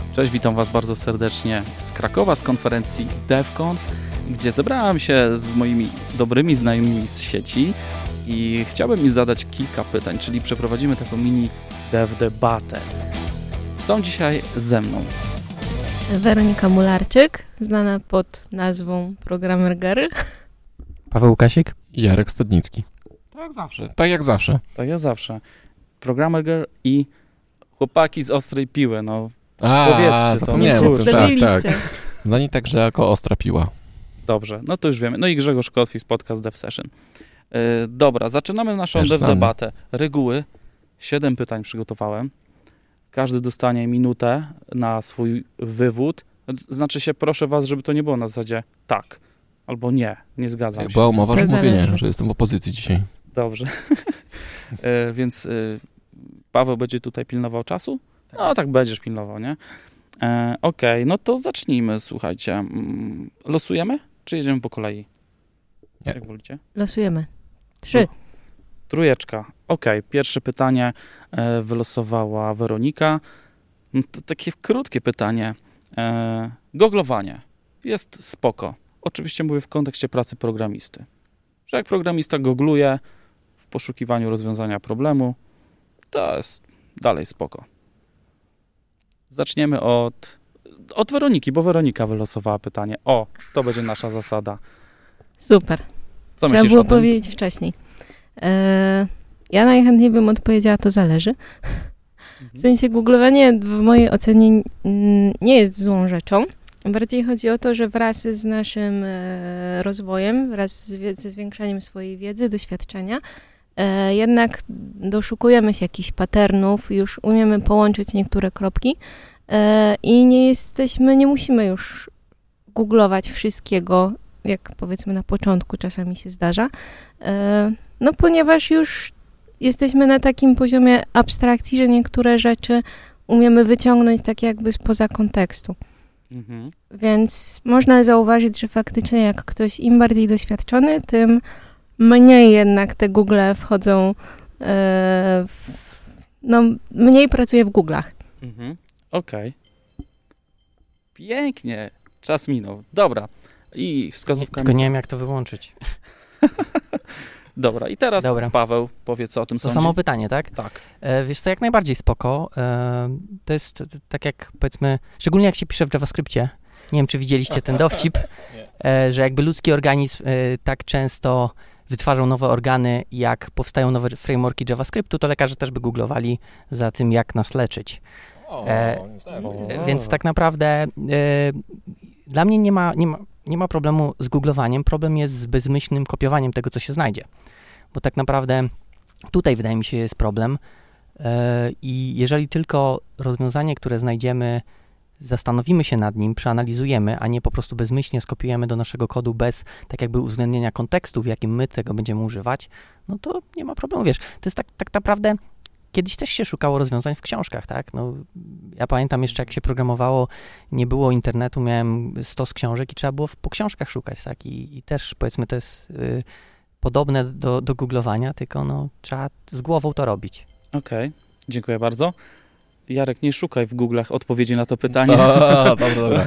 Cześć, witam Was bardzo serdecznie z Krakowa, z konferencji DevConf, gdzie zebrałem się z moimi dobrymi znajomymi z sieci i chciałbym im zadać kilka pytań, czyli przeprowadzimy taką mini dev debatę. Są dzisiaj ze mną Weronika Mularczyk, znana pod nazwą Programmer Girl. Paweł Łukasik i Jarek Stadnicki. Tak jak zawsze. Programmer Girl i chłopaki z ostrej piły, no. Powiedzcie to. Nie przedstawiliście. Tak. Znani także jako ostra piła. Dobrze, no to już wiemy. No i Grzegorz Kotwis, podcast Dev Session. Dobra, zaczynamy naszą dev debatę. Reguły. 7 pytań przygotowałem. Każdy dostanie minutę na swój wywód. Znaczy się, proszę Was, żeby to nie było na zasadzie tak albo nie zgadzam się. Była umowa, że mówię nie, że jestem w opozycji dzisiaj. Dobrze. Więc Paweł będzie tutaj pilnował czasu? No tak będziesz pilnował, nie? Okej, no to zacznijmy, słuchajcie. Losujemy, czy jedziemy po kolei? Nie. Jak wolicie? Losujemy. 3. Trójeczka. Okej, pierwsze pytanie wylosowała Weronika. No to takie krótkie pytanie. Goglowanie. Jest spoko. Oczywiście mówię w kontekście pracy programisty. Że jak programista gogluje w poszukiwaniu rozwiązania problemu, to jest dalej spoko. Zaczniemy od Weroniki, bo Weronika wylosowała pytanie. O, to będzie nasza zasada. Super. Co Trzeba myślisz było o tym? powiedzieć wcześniej. Ja najchętniej bym odpowiedziała, to zależy. W sensie googlowanie w mojej ocenie nie jest złą rzeczą. Bardziej chodzi o to, że wraz z naszym rozwojem, wraz ze zwiększaniem swojej wiedzy, doświadczenia, jednak doszukujemy się jakichś patternów, już umiemy połączyć niektóre kropki i nie musimy już googlować wszystkiego, jak powiedzmy na początku czasami się zdarza, no ponieważ już jesteśmy na takim poziomie abstrakcji, że niektóre rzeczy umiemy wyciągnąć tak jakby spoza kontekstu. Mhm. Więc można zauważyć, że faktycznie jak ktoś im bardziej doświadczony, tym mniej jednak te Google wchodzą, mniej pracuje w Google'ach. Mhm. Okej. Pięknie. Czas minął. Dobra. I wskazówkami... Tylko nie wiem, jak to wyłączyć. Dobra. I teraz Paweł powie, co o tym To sądzi. samo pytanie, tak? Tak. Wiesz co, jak najbardziej spoko. To jest tak jak, powiedzmy, szczególnie jak się pisze w JavaScriptie. Nie wiem, czy widzieliście ten dowcip, że jakby ludzki organizm tak często wytwarzał nowe organy, jak powstają nowe frameworki JavaScriptu, to lekarze też by googlowali za tym, jak nas leczyć. Więc tak naprawdę dla mnie nie ma problemu z googlowaniem. Problem jest z bezmyślnym kopiowaniem tego, co się znajdzie. Bo tak naprawdę tutaj wydaje mi się jest problem i jeżeli tylko rozwiązanie, które znajdziemy, zastanowimy się nad nim, przeanalizujemy, a nie po prostu bezmyślnie skopiujemy do naszego kodu bez tak jakby uwzględnienia kontekstu, w jakim my tego będziemy używać, no to nie ma problemu. Wiesz, to jest tak naprawdę kiedyś też się szukało rozwiązań w książkach, tak? No, ja pamiętam jeszcze, jak się programowało, nie było internetu, miałem 100 książek i trzeba było po książkach szukać, tak? I też, powiedzmy, to jest podobne do googlowania, tylko no, trzeba z głową to robić. Okej. Dziękuję bardzo. Jarek, nie szukaj w Google'ach odpowiedzi na to pytanie. Dobra.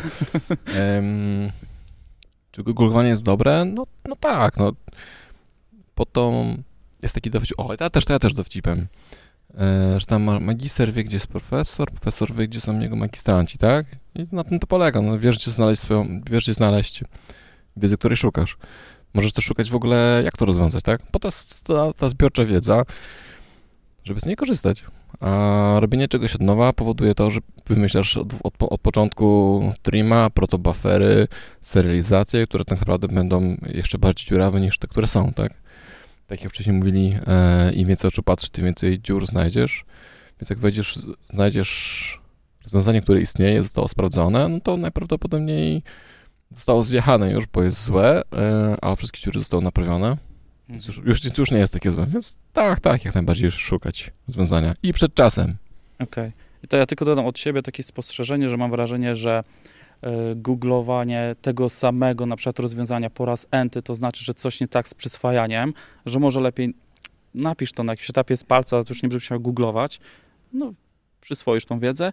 Czy googlowanie jest dobre? No tak, no. Po to jest taki dowcip. Ja też dowcipem. Że tam magister wie, gdzie jest profesor wie, gdzie są jego magistranci, tak? I na tym to polega. No, wiesz, gdzie znaleźć wiedzę, której szukasz. Możesz też szukać w ogóle, jak to rozwiązać, tak? Po to jest ta zbiorcza wiedza, żeby z niej korzystać. A robienie czegoś od nowa powoduje to, że wymyślasz od początku trima, protobuffery, serializacje, które tak naprawdę będą jeszcze bardziej dziurawe niż te, które są, tak? Tak jak wcześniej mówili, im więcej oczu patrzysz, tym więcej dziur znajdziesz. Więc jak znajdziesz rozwiązanie, które istnieje, zostało sprawdzone, no to najprawdopodobniej zostało zjechane już, bo jest złe, a wszystkie dziury zostały naprawione. Więc już nie jest takie złe, więc tak, jak najbardziej szukać rozwiązania. I przed czasem. Okej. I to ja tylko dodam od siebie takie spostrzeżenie, że mam wrażenie, że googlowanie tego samego, na przykład rozwiązania po raz enty, to znaczy, że coś nie tak z przyswajaniem, że może lepiej napisz to na jakimś etapie z palca, to już nie będziesz musiał googlować, no przyswoisz tą wiedzę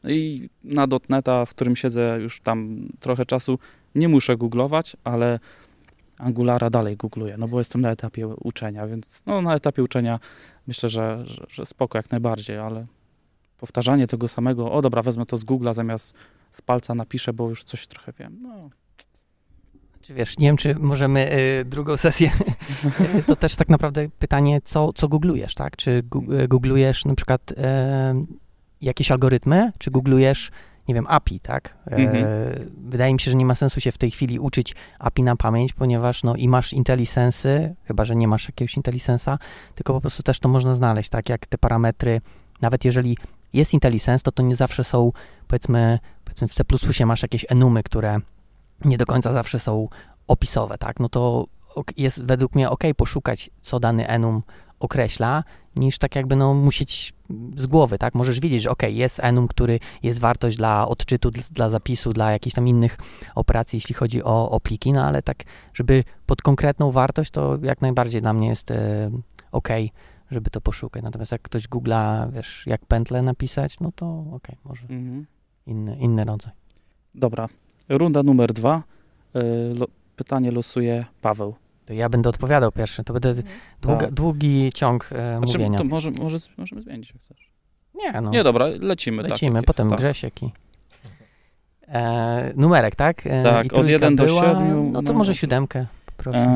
No i na .NETA, w którym siedzę już tam trochę czasu, nie muszę googlować, ale Angulara dalej googluję, no bo jestem na etapie uczenia, więc no na etapie uczenia myślę, że spoko jak najbardziej, ale powtarzanie tego samego, o dobra, wezmę to z Google'a zamiast z palca napiszę, bo już coś trochę wiem, no. Czy wiesz, nie wiem, czy możemy drugą sesję, to też tak naprawdę pytanie, co googlujesz, tak? Czy googlujesz na przykład jakieś algorytmy, czy googlujesz, nie wiem, API, tak? Wydaje mi się, że nie ma sensu się w tej chwili uczyć API na pamięć, ponieważ no i masz IntelliSense'y, chyba że nie masz jakiegoś IntelliSense'a, tylko po prostu też to można znaleźć, tak? Jak te parametry, nawet jeżeli jest IntelliSense, to nie zawsze są, powiedzmy w C++ masz jakieś enumy, które nie do końca zawsze są opisowe, tak? No to jest według mnie poszukać, co dany enum określa, niż tak jakby musieć z głowy, tak? Możesz wiedzieć, że jest enum, który jest wartość dla odczytu, dla zapisu, dla jakichś tam innych operacji, jeśli chodzi o pliki, no ale tak, żeby pod konkretną wartość, to jak najbardziej dla mnie jest żeby to poszukać. Natomiast jak ktoś googla, wiesz, jak pętlę napisać, no to może inny rodzaj. Dobra. Runda numer 2. Pytanie losuje Paweł. To ja będę odpowiadał pierwszy. To będzie długi ciąg mówienia. To możemy zmienić, jak chcesz. Nie, dobra, lecimy. Tak, potem Grzesiek i... numerek, tak? Tak, od 1 do 7. No to może 7, proszę.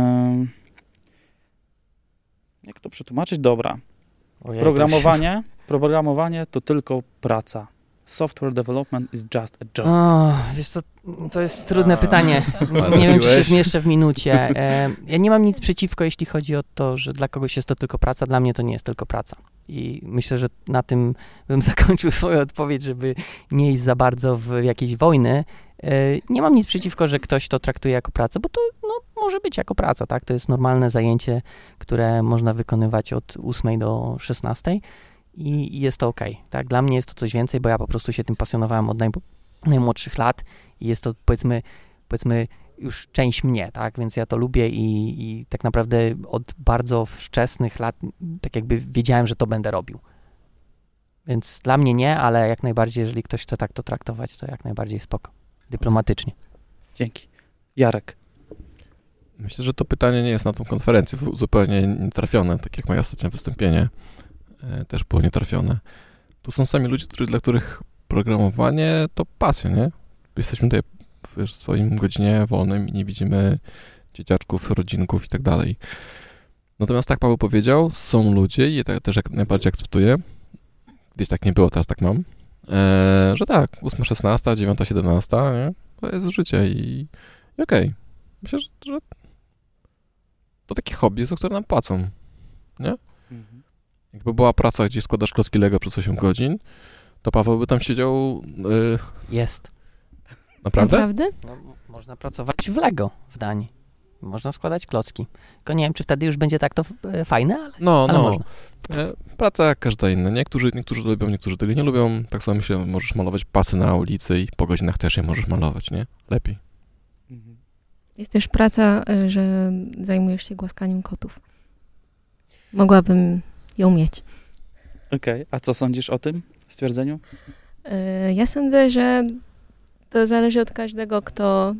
Jak to przetłumaczyć? Dobra. Ojej, Programowanie to tylko praca. Software development is just a job. Wiesz co, to jest trudne pytanie. Nie wiem, czy się zmieszczę w minucie. Ja nie mam nic przeciwko, jeśli chodzi o to, że dla kogoś jest to tylko praca. Dla mnie to nie jest tylko praca. I myślę, że na tym bym zakończył swoją odpowiedź, żeby nie iść za bardzo w jakieś wojny. Nie mam nic przeciwko, że ktoś to traktuje jako pracę, bo to może być jako praca, tak? To jest normalne zajęcie, które można wykonywać od 8 do 16 i jest to tak? Dla mnie jest to coś więcej, bo ja po prostu się tym pasjonowałem od najmłodszych lat i jest to powiedzmy już część mnie, tak? Więc ja to lubię i tak naprawdę od bardzo wczesnych lat tak jakby wiedziałem, że to będę robił. Więc dla mnie nie, ale jak najbardziej, jeżeli ktoś chce tak to traktować, to jak najbardziej spoko. Dyplomatycznie. Dzięki. Jarek. Myślę, że to pytanie nie jest na tą konferencję zupełnie nietrafione, tak jak moje ostatnie wystąpienie też było nietrafione. Tu są sami ludzie, dla których programowanie to pasja, nie? Jesteśmy tutaj w swoim godzinie wolnym i nie widzimy dzieciaczków, rodzinków i tak dalej. Natomiast tak Paweł powiedział, są ludzie i ja też jak najbardziej akceptuję, kiedyś tak nie było, teraz tak mam, że tak, 8:16, 9:17, nie? To jest życie i okej. Myślę, że to takie hobby, za które nam płacą, nie? Mhm. Jakby była praca, gdzie składasz klocki Lego przez 8 godzin, to Paweł by tam siedział... Jest. Naprawdę? No, można pracować w Lego w Danii. Można składać klocki. Tylko nie wiem, czy wtedy już będzie tak to fajne, ale można. Praca jak każda inna. Niektórzy to lubią, niektórzy tego nie lubią. Tak samo myślę, możesz malować pasy na ulicy i po godzinach też je możesz malować, nie? Lepiej. Jest też praca, że zajmujesz się głaskaniem kotów. Mogłabym ją mieć. Okej, a co sądzisz o tym stwierdzeniu? Ja sądzę, że to zależy od każdego, kto...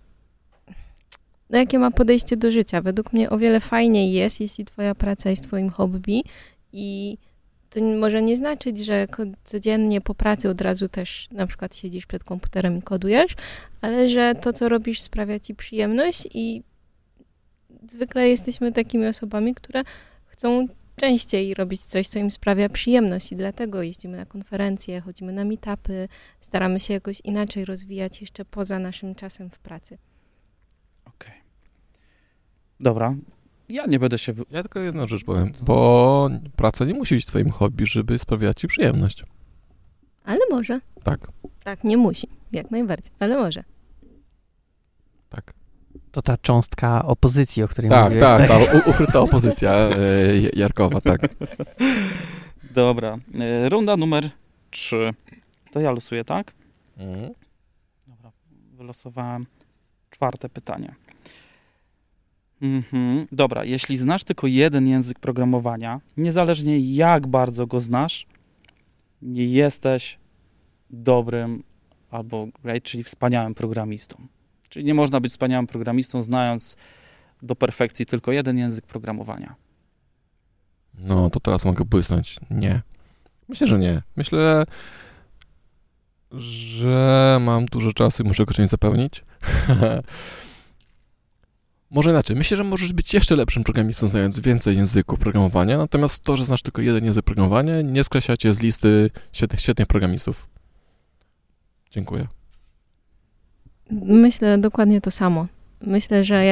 jakie ma podejście do życia. Według mnie o wiele fajniej jest, jeśli twoja praca jest twoim hobby i to może nie znaczyć, że codziennie po pracy od razu też na przykład siedzisz przed komputerem i kodujesz, ale że to, co robisz, sprawia ci przyjemność i zwykle jesteśmy takimi osobami, które chcą częściej robić coś, co im sprawia przyjemność i dlatego jeździmy na konferencje, chodzimy na meetupy, staramy się jakoś inaczej rozwijać jeszcze poza naszym czasem w pracy. Okej. Dobra. Ja nie będę się... Ja tylko jedną rzecz powiem, bo praca nie musi być twoim hobby, żeby sprawiać ci przyjemność. Ale może. Tak. Tak, nie musi. Jak najbardziej, ale może. Tak. To ta cząstka opozycji, o której mówiłeś. Tak, ta ukryta opozycja Jarkowa, tak. Dobra. Runda numer 3. To ja losuję, tak? Dobra. Wylosowałem 4. pytanie. Dobra, jeśli znasz tylko jeden język programowania, niezależnie jak bardzo go znasz, nie jesteś dobrym albo great, czyli wspaniałym programistą. Czyli nie można być wspaniałym programistą, znając do perfekcji tylko jeden język programowania. No, to teraz mogę błysnąć. Nie. Myślę, że nie. Myślę, że mam dużo czasu i muszę go czymś zapełnić. Może inaczej. Myślę, że możesz być jeszcze lepszym programistą, znając więcej języków programowania, natomiast to, że znasz tylko jeden język programowania, nie skreśla cię z listy świetnych programistów. Dziękuję. Myślę dokładnie to samo. Myślę, że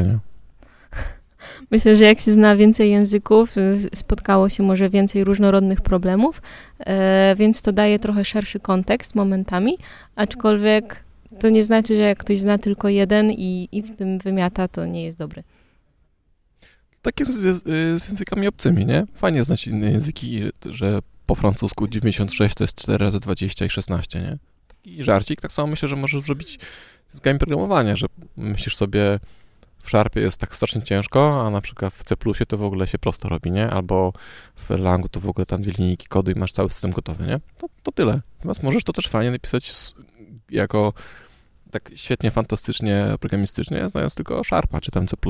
jak się zna więcej języków, spotkało się może więcej różnorodnych problemów, więc to daje trochę szerszy kontekst momentami, aczkolwiek to nie znaczy, że jak ktoś zna tylko jeden i w tym wymiata, to nie jest dobry. Tak jest z językami obcymi, nie? Fajnie znać inne języki, że po francusku 96 to jest 4 razy 20 i 16, nie? Taki żarcik. Tak samo myślę, że możesz zrobić z językami programowania, że myślisz sobie, w Sharpie jest tak strasznie ciężko, a na przykład w C++ to w ogóle się prosto robi, nie? Albo w Erlangu to w ogóle tam 2 linijki kodu i masz cały system gotowy, nie? To tyle. Natomiast możesz to też fajnie napisać jako tak świetnie, fantastycznie, programistycznie, znając tylko Sharpa czy tam C++.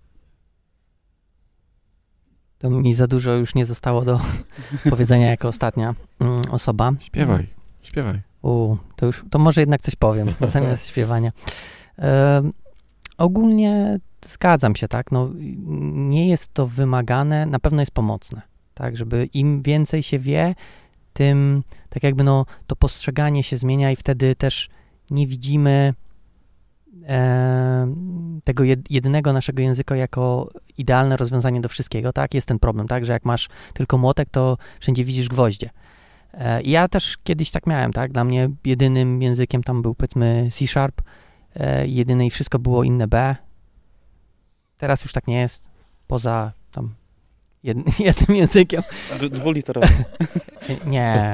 To mi za dużo już nie zostało do powiedzenia jako ostatnia osoba. Śpiewaj. To może jednak coś powiem zamiast śpiewania. Ogólnie zgadzam się, tak, no nie jest to wymagane, na pewno jest pomocne, tak, żeby im więcej się wie, tym tak jakby no to postrzeganie się zmienia i wtedy też nie widzimy tego jedynego naszego języka jako idealne rozwiązanie do wszystkiego, tak, jest ten problem, tak, że jak masz tylko młotek, to wszędzie widzisz gwoździe. Ja też kiedyś tak miałem, tak, dla mnie jedynym językiem tam był powiedzmy C#, jedyne i wszystko było inne B. Teraz już tak nie jest, poza tam jednym językiem. Dwuliterowy. Nie.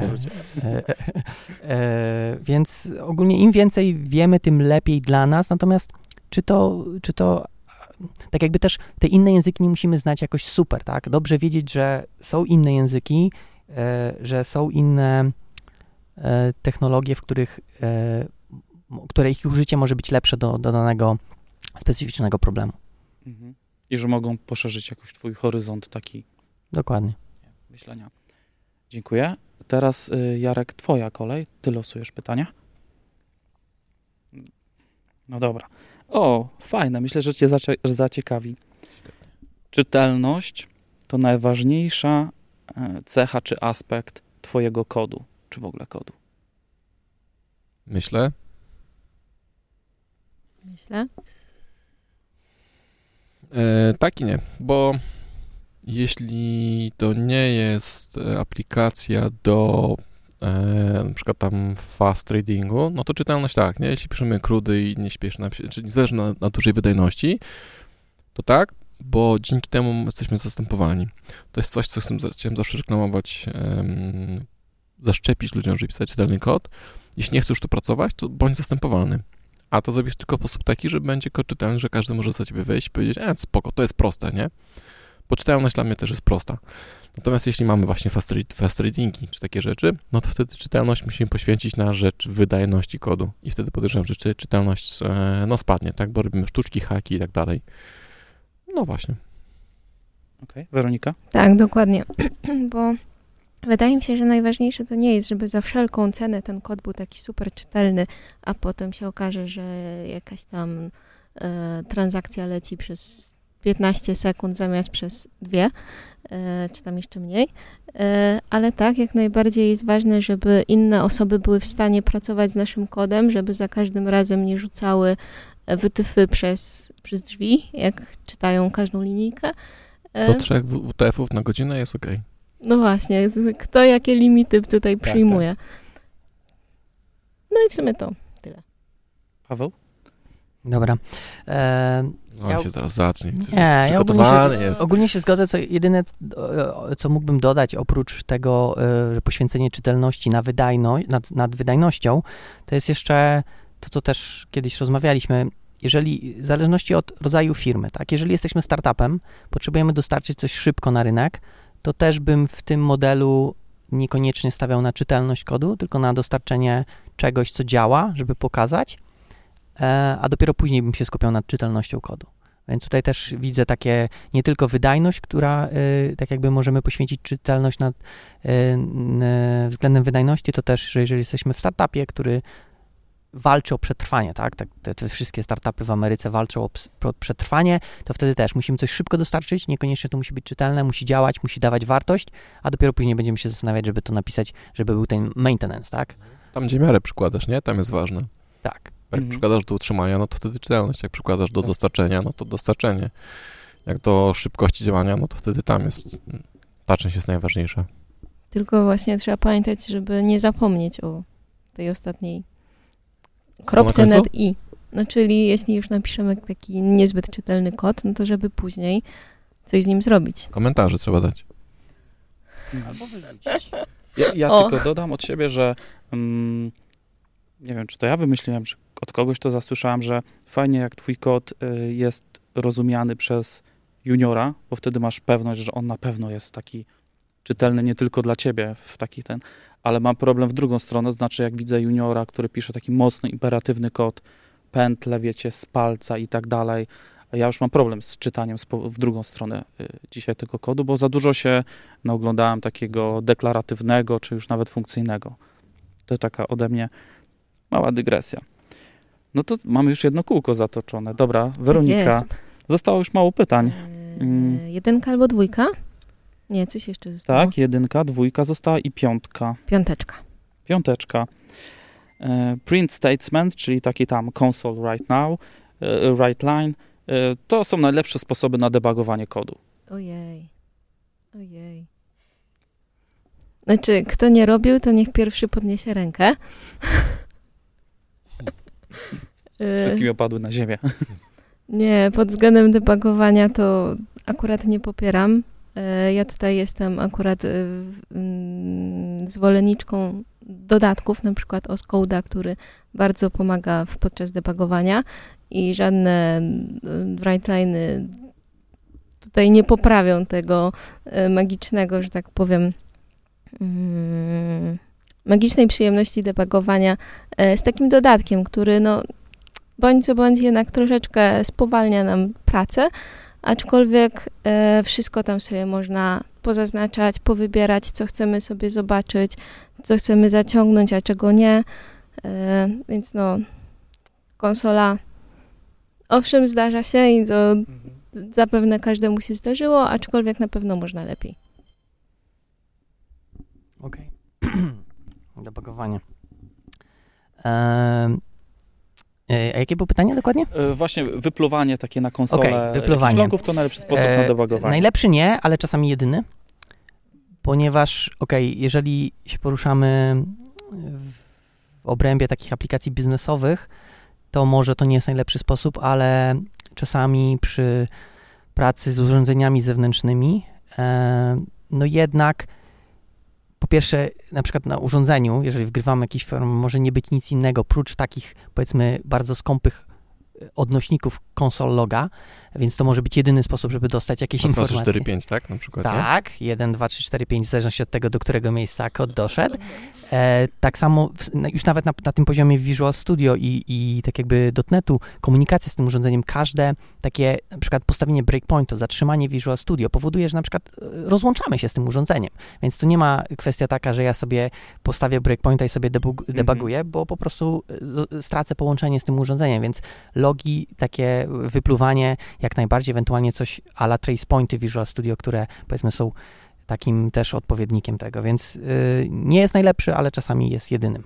Więc ogólnie im więcej wiemy, tym lepiej dla nas, natomiast czy to tak jakby też te inne języki nie musimy znać jakoś super, tak? Dobrze wiedzieć, że są inne języki, że są inne technologie, w których ich użycie może być lepsze do danego specyficznego problemu. Mhm. I że mogą poszerzyć jakoś twój horyzont taki. Dokładnie. Myślenia. Dziękuję. Teraz Jarek, twoja kolej. Ty losujesz pytania. No dobra. O, fajne. Myślę, że cię zaciekawi. Czytelność to najważniejsza cecha czy aspekt twojego kodu, czy w ogóle kodu. Myślę. Tak i nie, bo jeśli to nie jest aplikacja do na przykład tam fast tradingu, no to czytelność tak, nie? Jeśli piszemy crudy i nie śpieszne, czyli zależy na dużej wydajności, to tak, bo dzięki temu jesteśmy zastępowani. To jest coś, co chciałem zawsze reklamować, zaszczepić ludziom, żeby pisać czytelny kod. Jeśli nie chcesz już tu pracować, to bądź zastępowalny. A to zrobisz tylko w sposób taki, że będzie kod czytelny, że każdy może za ciebie wejść i powiedzieć, spoko, to jest proste, nie? Bo czytelność dla mnie też jest prosta. Natomiast jeśli mamy właśnie fast tradingi czy takie rzeczy, no to wtedy czytelność musimy poświęcić na rzecz wydajności kodu. I wtedy podejrzewam, że czytelność spadnie, tak? Bo robimy sztuczki, haki i tak dalej. No właśnie. Okej. Weronika? Tak, dokładnie. Bo wydaje mi się, że najważniejsze to nie jest, żeby za wszelką cenę ten kod był taki super czytelny, a potem się okaże, że jakaś tam transakcja leci przez 15 sekund zamiast przez 2, czy tam jeszcze mniej. Ale tak, jak najbardziej jest ważne, żeby inne osoby były w stanie pracować z naszym kodem, żeby za każdym razem nie rzucały wytyfy przez drzwi, jak czytają każdą linijkę. Do 3 WTF-ów na godzinę jest okej. No właśnie, kto jakie limity tutaj przyjmuje. No i w sumie to tyle. Paweł? Dobra. On się teraz zacznie. Ja ogólnie się zgodzę, jedyne, co mógłbym dodać, oprócz tego, że poświęcenie czytelności nad wydajnością, to jest jeszcze to, co też kiedyś rozmawialiśmy, jeżeli, w zależności od rodzaju firmy, tak, jeżeli jesteśmy startupem, potrzebujemy dostarczyć coś szybko na rynek, to też bym w tym modelu niekoniecznie stawiał na czytelność kodu, tylko na dostarczenie czegoś, co działa, żeby pokazać, a dopiero później bym się skupiał nad czytelnością kodu. Więc tutaj też widzę takie nie tylko wydajność, która tak jakby możemy poświęcić czytelność względem wydajności, to też, że jeżeli jesteśmy w startupie, który walczy o przetrwanie, tak? Te wszystkie startupy w Ameryce walczą o przetrwanie, to wtedy też musimy coś szybko dostarczyć, niekoniecznie to musi być czytelne, musi działać, musi dawać wartość, a dopiero później będziemy się zastanawiać, żeby to napisać, żeby był ten maintenance, tak? Tam, gdzie miarę przykładasz, nie? Tam jest ważne. Tak. Jak przykładasz do utrzymania, no to wtedy czytelność. Jak przykładasz do dostarczenia, no to dostarczenie. Jak do szybkości działania, no to wtedy tam jest. Ta część jest najważniejsza. Tylko właśnie trzeba pamiętać, żeby nie zapomnieć o tej ostatniej kropce nad i. No czyli jeśli już napiszemy taki niezbyt czytelny kod, no to żeby później coś z nim zrobić. Komentarze trzeba dać. Albo wyrzucić. Ja tylko dodam od siebie, że nie wiem, czy to ja wymyśliłem, czy od kogoś to zasłyszałem, że fajnie jak twój kod jest rozumiany przez juniora, bo wtedy masz pewność, że on na pewno jest taki czytelny nie tylko dla ciebie, ale mam problem w drugą stronę, znaczy jak widzę juniora, który pisze taki mocny, imperatywny kod, pętle, wiecie, z palca i tak dalej, a ja już mam problem z czytaniem w drugą stronę dzisiaj tego kodu, bo za dużo się naoglądałem takiego deklaratywnego, czy już nawet funkcyjnego. To taka ode mnie mała dygresja. No to mamy już jedno kółko zatoczone. Dobra, Weronika, zostało już mało pytań. 1 albo 2? Nie, coś jeszcze zostało. Tak, 1, 2 została i 5. 5. Print statement, czyli taki tam console write now, write line, to są najlepsze sposoby na debugowanie kodu. Ojej. Znaczy, kto nie robił, to niech pierwszy podniesie rękę. Wszystkim opadły na ziemię. Nie, pod względem debugowania to akurat nie popieram. Ja tutaj jestem akurat zwolenniczką dodatków, na przykład Oscoda, który bardzo pomaga podczas debugowania i żadne write-line'y tutaj nie poprawią tego magicznego, że tak powiem, magicznej przyjemności debugowania z takim dodatkiem, który no bądź co bądź jednak troszeczkę spowalnia nam pracę, aczkolwiek wszystko tam sobie można pozaznaczać, powybierać, co chcemy sobie zobaczyć, co chcemy zaciągnąć, a czego nie. Więc no, konsola owszem zdarza się i to zapewne każdemu się zdarzyło, aczkolwiek na pewno można lepiej. Okej. Debugowanie. A jakie było pytanie dokładnie? Właśnie wypluwanie takie na konsolę. Okej, wypluwanie. Logów to najlepszy sposób na debugowanie. Najlepszy nie, ale czasami jedyny, ponieważ jeżeli się poruszamy w obrębie takich aplikacji biznesowych, to może to nie jest najlepszy sposób, ale czasami przy pracy z urządzeniami zewnętrznymi, no jednak po pierwsze, na przykład na urządzeniu, jeżeli wgrywamy jakiś form, może nie być nic innego, prócz takich, powiedzmy, bardzo skąpych odnośników console loga, więc to może być jedyny sposób, żeby dostać jakieś informacje. 2, 3, 4, 5, tak? Na przykład, tak, nie? 1, 2, 3, 4, 5, w zależności od tego, do którego miejsca kod doszedł. Tak samo już nawet na tym poziomie Visual Studio i tak jakby .NET-u komunikacja z tym urządzeniem, każde takie na przykład postawienie breakpointu, zatrzymanie Visual Studio powoduje, że na przykład rozłączamy się z tym urządzeniem, więc to nie ma kwestia taka, że ja sobie postawię breakpointa i sobie debuguję, bo po prostu stracę połączenie z tym urządzeniem, więc logi, takie wypluwanie jak najbardziej, ewentualnie coś a la trace pointy Visual Studio, które powiedzmy są takim też odpowiednikiem tego, więc nie jest najlepszy, ale czasami jest jedynym.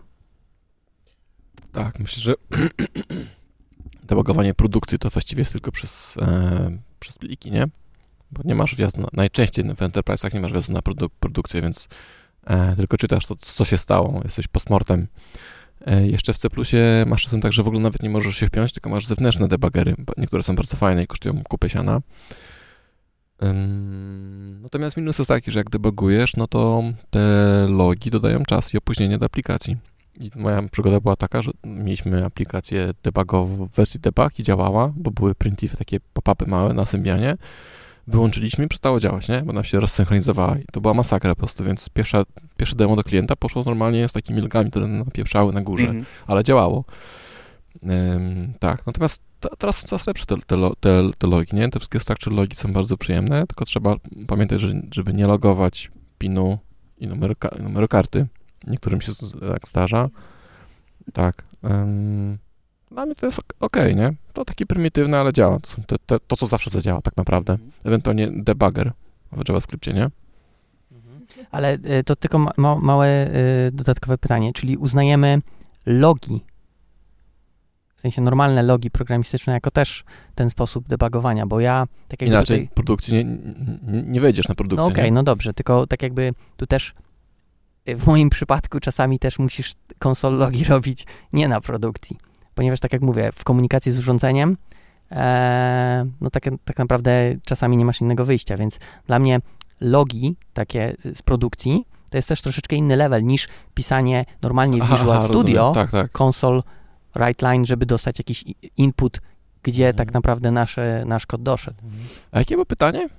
Tak, myślę, że debugowanie produkcji to właściwie jest tylko przez pliki, nie? Bo nie masz wjazdu, najczęściej w enterprise'ach nie masz wjazdu na produkcję, więc tylko czytasz to, co się stało, jesteś postmortem. Jeszcze w C++ masz czasem tak, że w ogóle nawet nie możesz się wpiąć, tylko masz zewnętrzne debuggery. Niektóre są bardzo fajne i kosztują kupę siana. Natomiast minus jest taki, że jak debugujesz, no to te logi dodają czas i opóźnienie do aplikacji. I moja przygoda była taka, że mieliśmy aplikację debugową w wersji debug i działała, bo były printify, takie pop-upy małe na Symbianie. wyłączyliśmy i przestało działać, nie? Bo ona się rozsynchronizowała i to była masakra po prostu, więc pierwsze demo do klienta poszło normalnie z takimi logami, które napieprzały na górze, ale działało. Tak, natomiast teraz są coraz lepsze te logi, nie? Te wszystkie structure logi są bardzo przyjemne, tylko trzeba pamiętać, żeby nie logować PIN-u i numeru karty. Niektórym się tak zdarza. Tak. Dla mnie to jest okej, nie? To takie prymitywne, ale działa. To są to, co zawsze zadziała tak naprawdę. Ewentualnie debugger w JavaScriptie, nie? Ale to tylko małe dodatkowe pytanie, czyli uznajemy logi, w sensie normalne logi programistyczne, jako też ten sposób debugowania, bo ja tak jakby inaczej tutaj... produkcji nie wejdziesz na produkcję. No okej, no dobrze, tylko tak jakby tu też w moim przypadku czasami też musisz console logi robić nie na produkcji, ponieważ tak jak mówię, w komunikacji z urządzeniem no tak naprawdę czasami nie masz innego wyjścia, więc dla mnie logi takie z produkcji to jest też troszeczkę inny level niż pisanie normalnie w Visual Studio, tak. console write line, żeby dostać jakiś input, gdzie tak naprawdę nasz kod doszedł. A jakie było pytanie?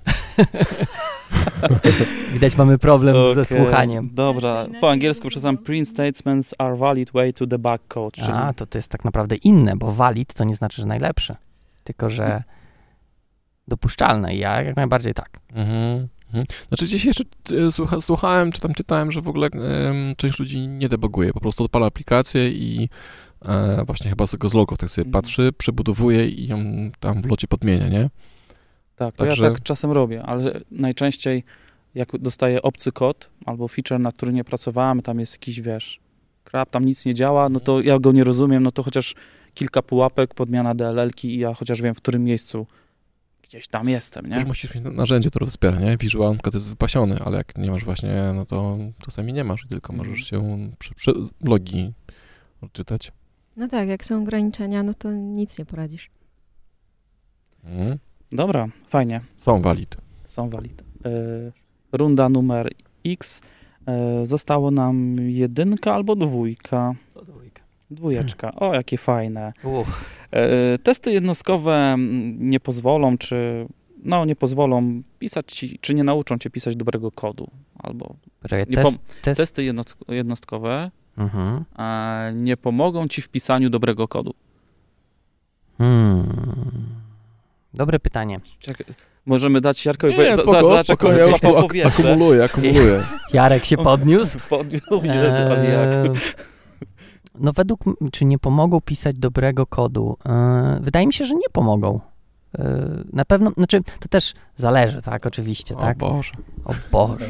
Widać, mamy problem ze słuchaniem. Dobra, po angielsku przeczytam print statements are valid way to debug code. Czyli... To jest tak naprawdę inne, bo valid to nie znaczy, że najlepsze, tylko że dopuszczalne i ja jak najbardziej tak. Znaczy gdzieś jeszcze słuchałem, czy tam czytałem, że w ogóle część ludzi nie debuguje, po prostu odpala aplikację i właśnie chyba z tego z logów tak sobie patrzy, przebudowuje i ją tam w locie podmienia, nie? Tak, to ja tak czasem robię, ale najczęściej jak dostaję obcy kod albo feature, na który nie pracowałem, tam jest jakiś, tam nic nie działa, no to ja go nie rozumiem, no to chociaż kilka pułapek, podmiana DLL-ki i ja chociaż wiem, w którym miejscu gdzieś tam jestem, nie? Już musisz mieć narzędzie, które to wspiera, nie? Visual na przykład jest wypasiony, ale jak nie masz właśnie, no to czasami nie masz, tylko możesz się logi odczytać. No tak, jak są ograniczenia, no to nic nie poradzisz. Dobra, fajnie. Są valid. Runda numer X. Zostało nam 1 albo 2. 2. O, jakie fajne. Testy jednostkowe nie pozwolą, nie pozwolą pisać ci, czy nie nauczą cię pisać dobrego kodu. Albo testy jednostkowe nie pomogą ci w pisaniu dobrego kodu. Dobre pytanie. Czekaj, możemy dać Jarkowi... Akumuluję. Jarek się podniósł? Ale jak? No czy nie pomogą pisać dobrego kodu? Wydaje mi się, że nie pomogą. Na pewno, to też zależy, tak, oczywiście, tak? O Boże.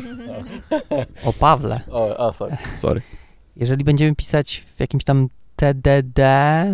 O Pawle. Sorry. Jeżeli będziemy pisać w jakimś tam TDD,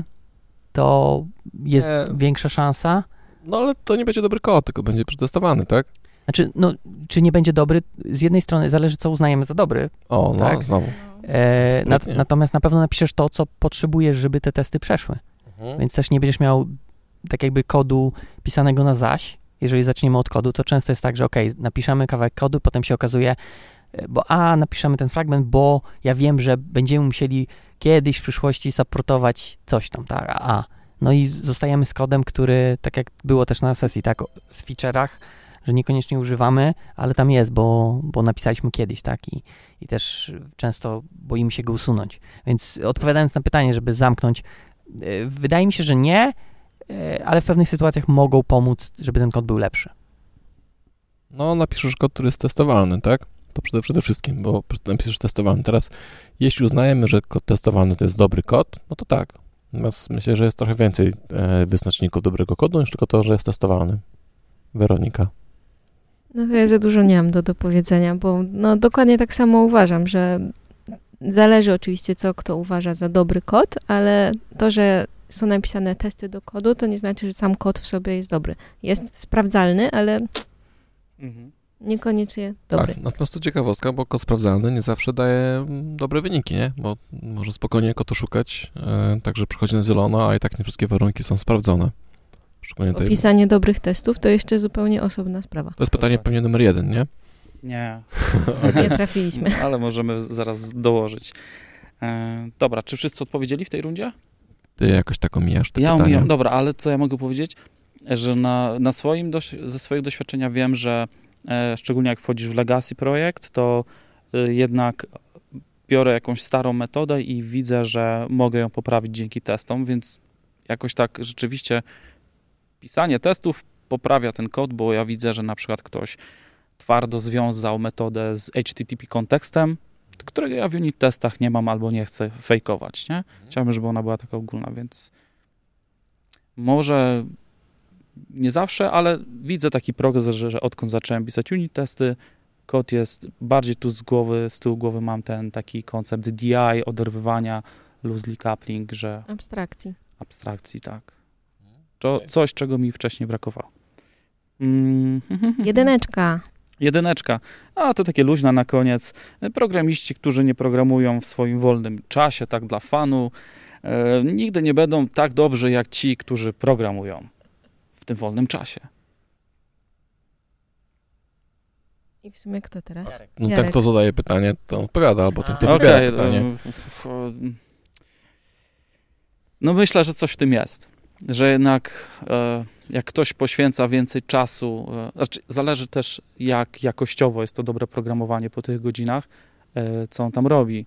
to jest większa szansa. No ale to nie będzie dobry kod, tylko będzie przetestowany, tak? Znaczy, czy nie będzie dobry, z jednej strony zależy, co uznajemy za dobry. Tak? Znowu. Natomiast na pewno napiszesz to, co potrzebujesz, żeby te testy przeszły. Więc też nie będziesz miał tak jakby kodu pisanego na zaś. Jeżeli zaczniemy od kodu, to często jest tak, że napiszemy kawałek kodu, potem się okazuje, napiszemy ten fragment, bo ja wiem, że będziemy musieli kiedyś w przyszłości supportować coś tam, tak, No i zostajemy z kodem, który, tak jak było też na sesji, tak, z feature'ach, że niekoniecznie używamy, ale tam jest, bo napisaliśmy kiedyś, tak, i też często boimy się go usunąć. Więc odpowiadając na pytanie, żeby zamknąć, wydaje mi się, że nie, ale w pewnych sytuacjach mogą pomóc, żeby ten kod był lepszy. No, napiszesz kod, który jest testowalny, tak? To przede wszystkim, bo napiszesz testowalny. Teraz, jeśli uznajemy, że kod testowalny to jest dobry kod, no to tak. Natomiast myślę, że jest trochę więcej wyznaczników dobrego kodu, niż tylko to, że jest testowalny. Weronika. No to ja za dużo nie mam do powiedzenia, bo dokładnie tak samo uważam, że zależy oczywiście, co kto uważa za dobry kod, ale to, że są napisane testy do kodu, to nie znaczy, że sam kod w sobie jest dobry. Jest sprawdzalny, ale niekoniecznie dobry. Tak, natomiast to ciekawostka, bo kod sprawdzalny nie zawsze daje dobre wyniki, nie? Bo może spokojnie kodu szukać, tak, że przychodzi na zielono, a i tak nie wszystkie warunki są sprawdzone. Opisanie dobrych testów to jeszcze zupełnie osobna sprawa. To jest pytanie pewnie numer 1, nie? Nie. Nie trafiliśmy. Ale możemy zaraz dołożyć. Dobra, czy wszyscy odpowiedzieli w tej rundzie? Ty jakoś tak omijasz te pytania. Omijam, dobra, ale co ja mogę powiedzieć? że ze swojego doświadczenia wiem, że szczególnie jak wchodzisz w legacy projekt, to jednak biorę jakąś starą metodę i widzę, że mogę ją poprawić dzięki testom, więc jakoś tak rzeczywiście pisanie testów poprawia ten kod, bo ja widzę, że na przykład ktoś twardo związał metodę z HTTP kontekstem, którego ja w unit testach nie mam albo nie chcę fejkować, nie? Chciałbym, żeby ona była taka ogólna, więc może nie zawsze, ale widzę taki progres, że odkąd zacząłem pisać unit testy, kod jest bardziej tu z tyłu głowy mam ten taki koncept DI, oderwywania, loosely coupling, że... Abstrakcji, tak. To coś, czego mi wcześniej brakowało. 1. 1. A to takie luźna na koniec. Programiści, którzy nie programują w swoim wolnym czasie, tak dla fanu, nigdy nie będą tak dobrzy jak ci, którzy programują w tym wolnym czasie. I w sumie kto teraz? No ten, kto zadaje pytanie, to odpowiada, albo ten, kto wybiera pytanie. No myślę, że coś w tym jest. Że jednak jak ktoś poświęca więcej czasu, zależy też jak jakościowo jest to dobre programowanie po tych godzinach, co on tam robi.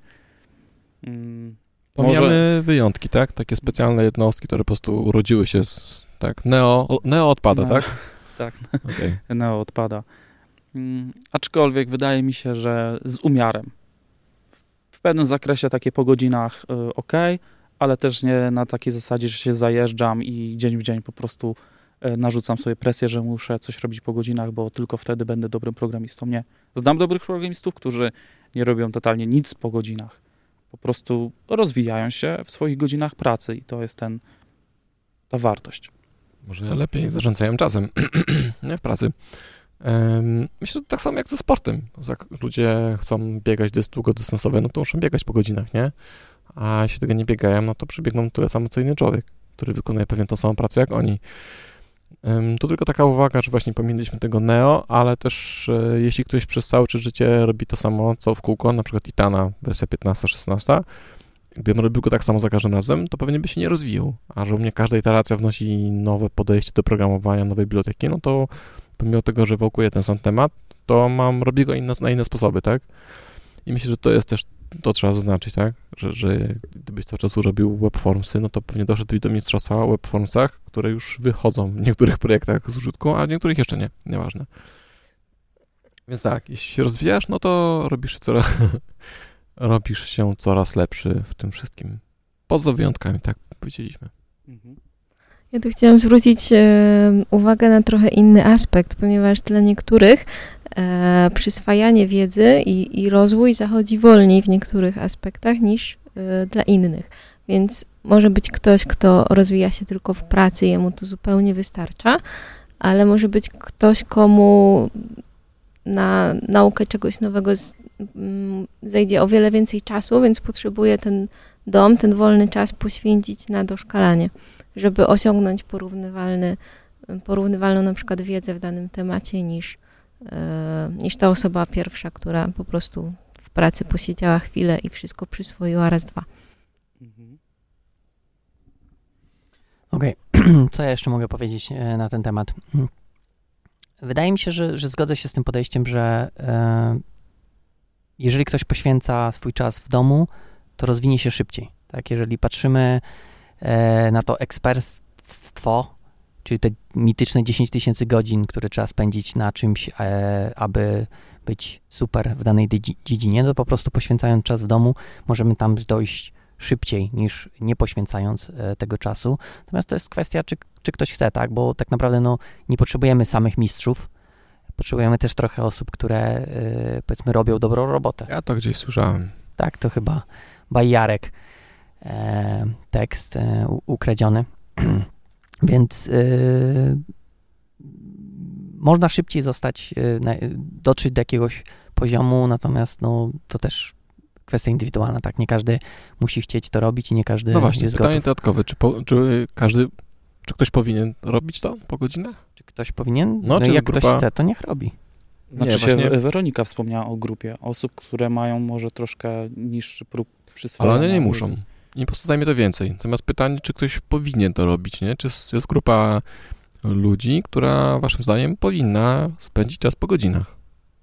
Pomijamy wyjątki, tak? Takie specjalne jednostki, które po prostu urodziły się tak, Neo odpada, tak? Tak, okay. Neo odpada. Aczkolwiek wydaje mi się, że z umiarem. W pewnym zakresie takie po godzinach ok, ale też nie na takiej zasadzie, że się zajeżdżam i dzień w dzień po prostu narzucam sobie presję, że muszę coś robić po godzinach, bo tylko wtedy będę dobrym programistą. Nie. Znam dobrych programistów, którzy nie robią totalnie nic po godzinach. Po prostu rozwijają się w swoich godzinach pracy i to jest ta wartość. Może lepiej zarządzają czasem, nie w pracy. Myślę, że tak samo jak ze sportem. Jak ludzie chcą biegać długodystansowe, no to muszą biegać po godzinach, nie? A jeśli tego nie biegają, no to przybiegną tyle samo, co inny człowiek, który wykonuje pewnie tą samą pracę jak oni. To tylko taka uwaga, że właśnie pominęliśmy tego Neo, ale też jeśli ktoś przez całe życie robi to samo, co w kółko, na przykład Itana, wersja 15-16, gdybym robił go tak samo za każdym razem, to pewnie by się nie rozwijał. A że u mnie każda iteracja wnosi nowe podejście do programowania, nowe biblioteki, no to pomimo tego, że wokół ten sam temat, to robię go na inne sposoby, tak? I myślę, że to jest też, to trzeba zaznaczyć, tak? Że gdybyś cały czas robił webformsy, no to pewnie doszedłbyś do mistrzostwa o webformsach, które już wychodzą w niektórych projektach z użytku, a w niektórych jeszcze nie, nieważne. Więc tak, jeśli się rozwijasz, no to robisz się coraz lepszy w tym wszystkim. Poza wyjątkami, tak powiedzieliśmy. Ja tu chciałam zwrócić uwagę na trochę inny aspekt, ponieważ dla niektórych przyswajanie wiedzy i rozwój zachodzi wolniej w niektórych aspektach niż dla innych. Więc może być ktoś, kto rozwija się tylko w pracy, jemu to zupełnie wystarcza, ale może być ktoś, komu na naukę czegoś nowego zejdzie o wiele więcej czasu, więc potrzebuje ten ten wolny czas poświęcić na doszkalanie, żeby osiągnąć porównywalną na przykład wiedzę w danym temacie niż ta osoba pierwsza, która po prostu w pracy posiedziała chwilę i wszystko przyswoiła raz, dwa. Okej. Co ja jeszcze mogę powiedzieć na ten temat? Wydaje mi się, że zgodzę się z tym podejściem, że jeżeli ktoś poświęca swój czas w domu, to rozwinie się szybciej. Tak? Jeżeli patrzymy na to ekspertstwo, czyli te mityczne 10 000 godzin, które trzeba spędzić na czymś, aby być super w danej dziedzinie, to po prostu poświęcając czas w domu, możemy tam dojść szybciej niż nie poświęcając tego czasu. Natomiast to jest kwestia, czy ktoś chce, tak? Bo tak naprawdę nie potrzebujemy samych mistrzów, potrzebujemy też trochę osób, które powiedzmy robią dobrą robotę. Ja to gdzieś słyszałem. Tak, to chyba Bajarek tekst ukradziony. Więc można szybciej dotrzeć do jakiegoś poziomu, natomiast to też kwestia indywidualna, tak? Nie każdy musi chcieć to robić i nie każdy No właśnie, jest pytanie gotów. dodatkowe, czy ktoś powinien robić to po godzinach? Czy ktoś powinien? No, czy jak grupa... ktoś chce, to niech robi. Znaczy właśnie... Weronika wspomniała o grupie osób, które mają może troszkę niższy próg przyswojenia. Ale one nie muszą. I po prostu zajmie to więcej. Natomiast pytanie, czy ktoś powinien to robić, nie? Czy jest grupa ludzi, która waszym zdaniem powinna spędzić czas po godzinach?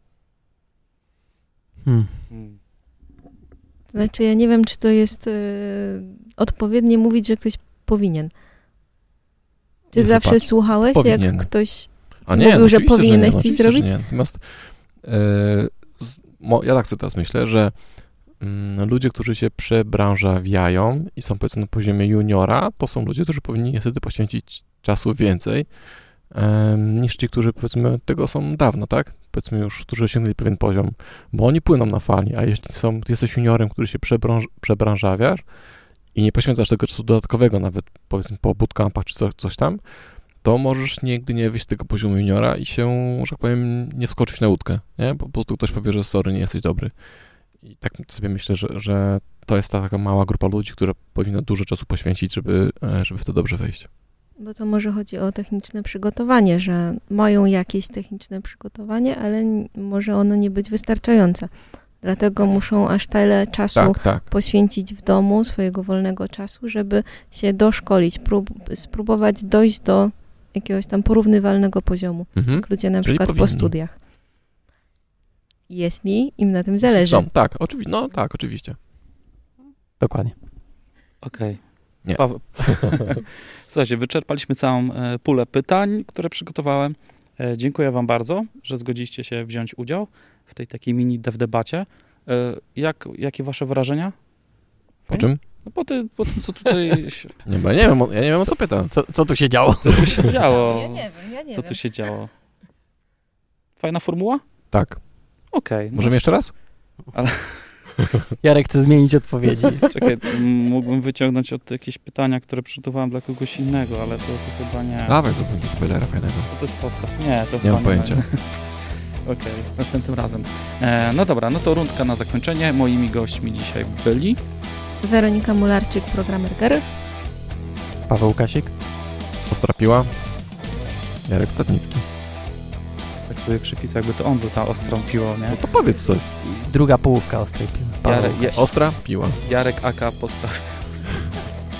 To znaczy, ja nie wiem, czy to jest odpowiednie mówić, że ktoś powinien. Czy Nie, zawsze patrz, słuchałeś, powinien. jak ktoś A ci nie, mówił, no że oczywiście, powinieneś nie, coś oczywiście, że zrobić? nie. Natomiast ja tak sobie teraz myślę, że ludzie, którzy się przebranżawiają i są powiedzmy na poziomie juniora, to są ludzie, którzy powinni niestety poświęcić czasu więcej niż ci, którzy powiedzmy tego są dawno, tak? Powiedzmy już, którzy osiągnęli pewien poziom, bo oni płyną na fali, a jeśli jesteś juniorem, który się przebranżawiasz i nie poświęcasz tego czasu dodatkowego, nawet powiedzmy po bootcampach czy coś tam, to możesz nigdy nie wyjść z tego poziomu juniora i się, że tak powiem, nie wskoczyć na łódkę, nie? Bo po prostu ktoś powie, że sorry, nie jesteś dobry. I tak sobie myślę, że to jest ta taka mała grupa ludzi, która powinna dużo czasu poświęcić, żeby w to dobrze wejść. Bo to może chodzi o techniczne przygotowanie, że mają jakieś techniczne przygotowanie, ale może ono nie być wystarczające. Dlatego muszą aż tyle czasu poświęcić w domu, swojego wolnego czasu, żeby się doszkolić, spróbować dojść do jakiegoś tam porównywalnego poziomu. Jak ludzie na przykład po studiach. Jeśli im na tym zależy. Tak, oczywiście. Dokładnie. Okej. Nie. Słuchajcie, wyczerpaliśmy całą pulę pytań, które przygotowałem. Dziękuję wam bardzo, że zgodziliście się wziąć udział w tej takiej mini debacie. Jakie wasze wrażenia? Po czym? No po tym, co tutaj... Nie, bo ja nie wiem, o co pytam. Co tu się działo? Co tu się działo? Ja nie wiem. Co tu się działo? Fajna formuła? Tak. Okej. Możemy jeszcze raz? Ale... Jarek chce zmienić odpowiedzi. Czekaj, mógłbym wyciągnąć od jakieś pytania, które przygotowałem dla kogoś innego, ale to chyba nie. Dawaj, zrobimy spoilera fajnego. To jest podcast. Nie, to nie mam pojęcia. Okej, następnym razem. No dobra, no to rundka na zakończenie. Moimi gośćmi dzisiaj byli Weronika Mularczyk, programer Gery. Paweł Kasik. Ostra Piła. Jarek Stadnicki. Tak sobie przypisał, jakby to on był ta ostrą piłą, nie? No to powiedz coś. Druga połówka ostrej piły. Ostra Piła. Jarek Aka postawił.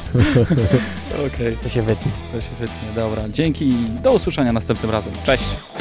Okej. To się wytnie. Dobra. Dzięki i do usłyszenia następnym razem. Cześć!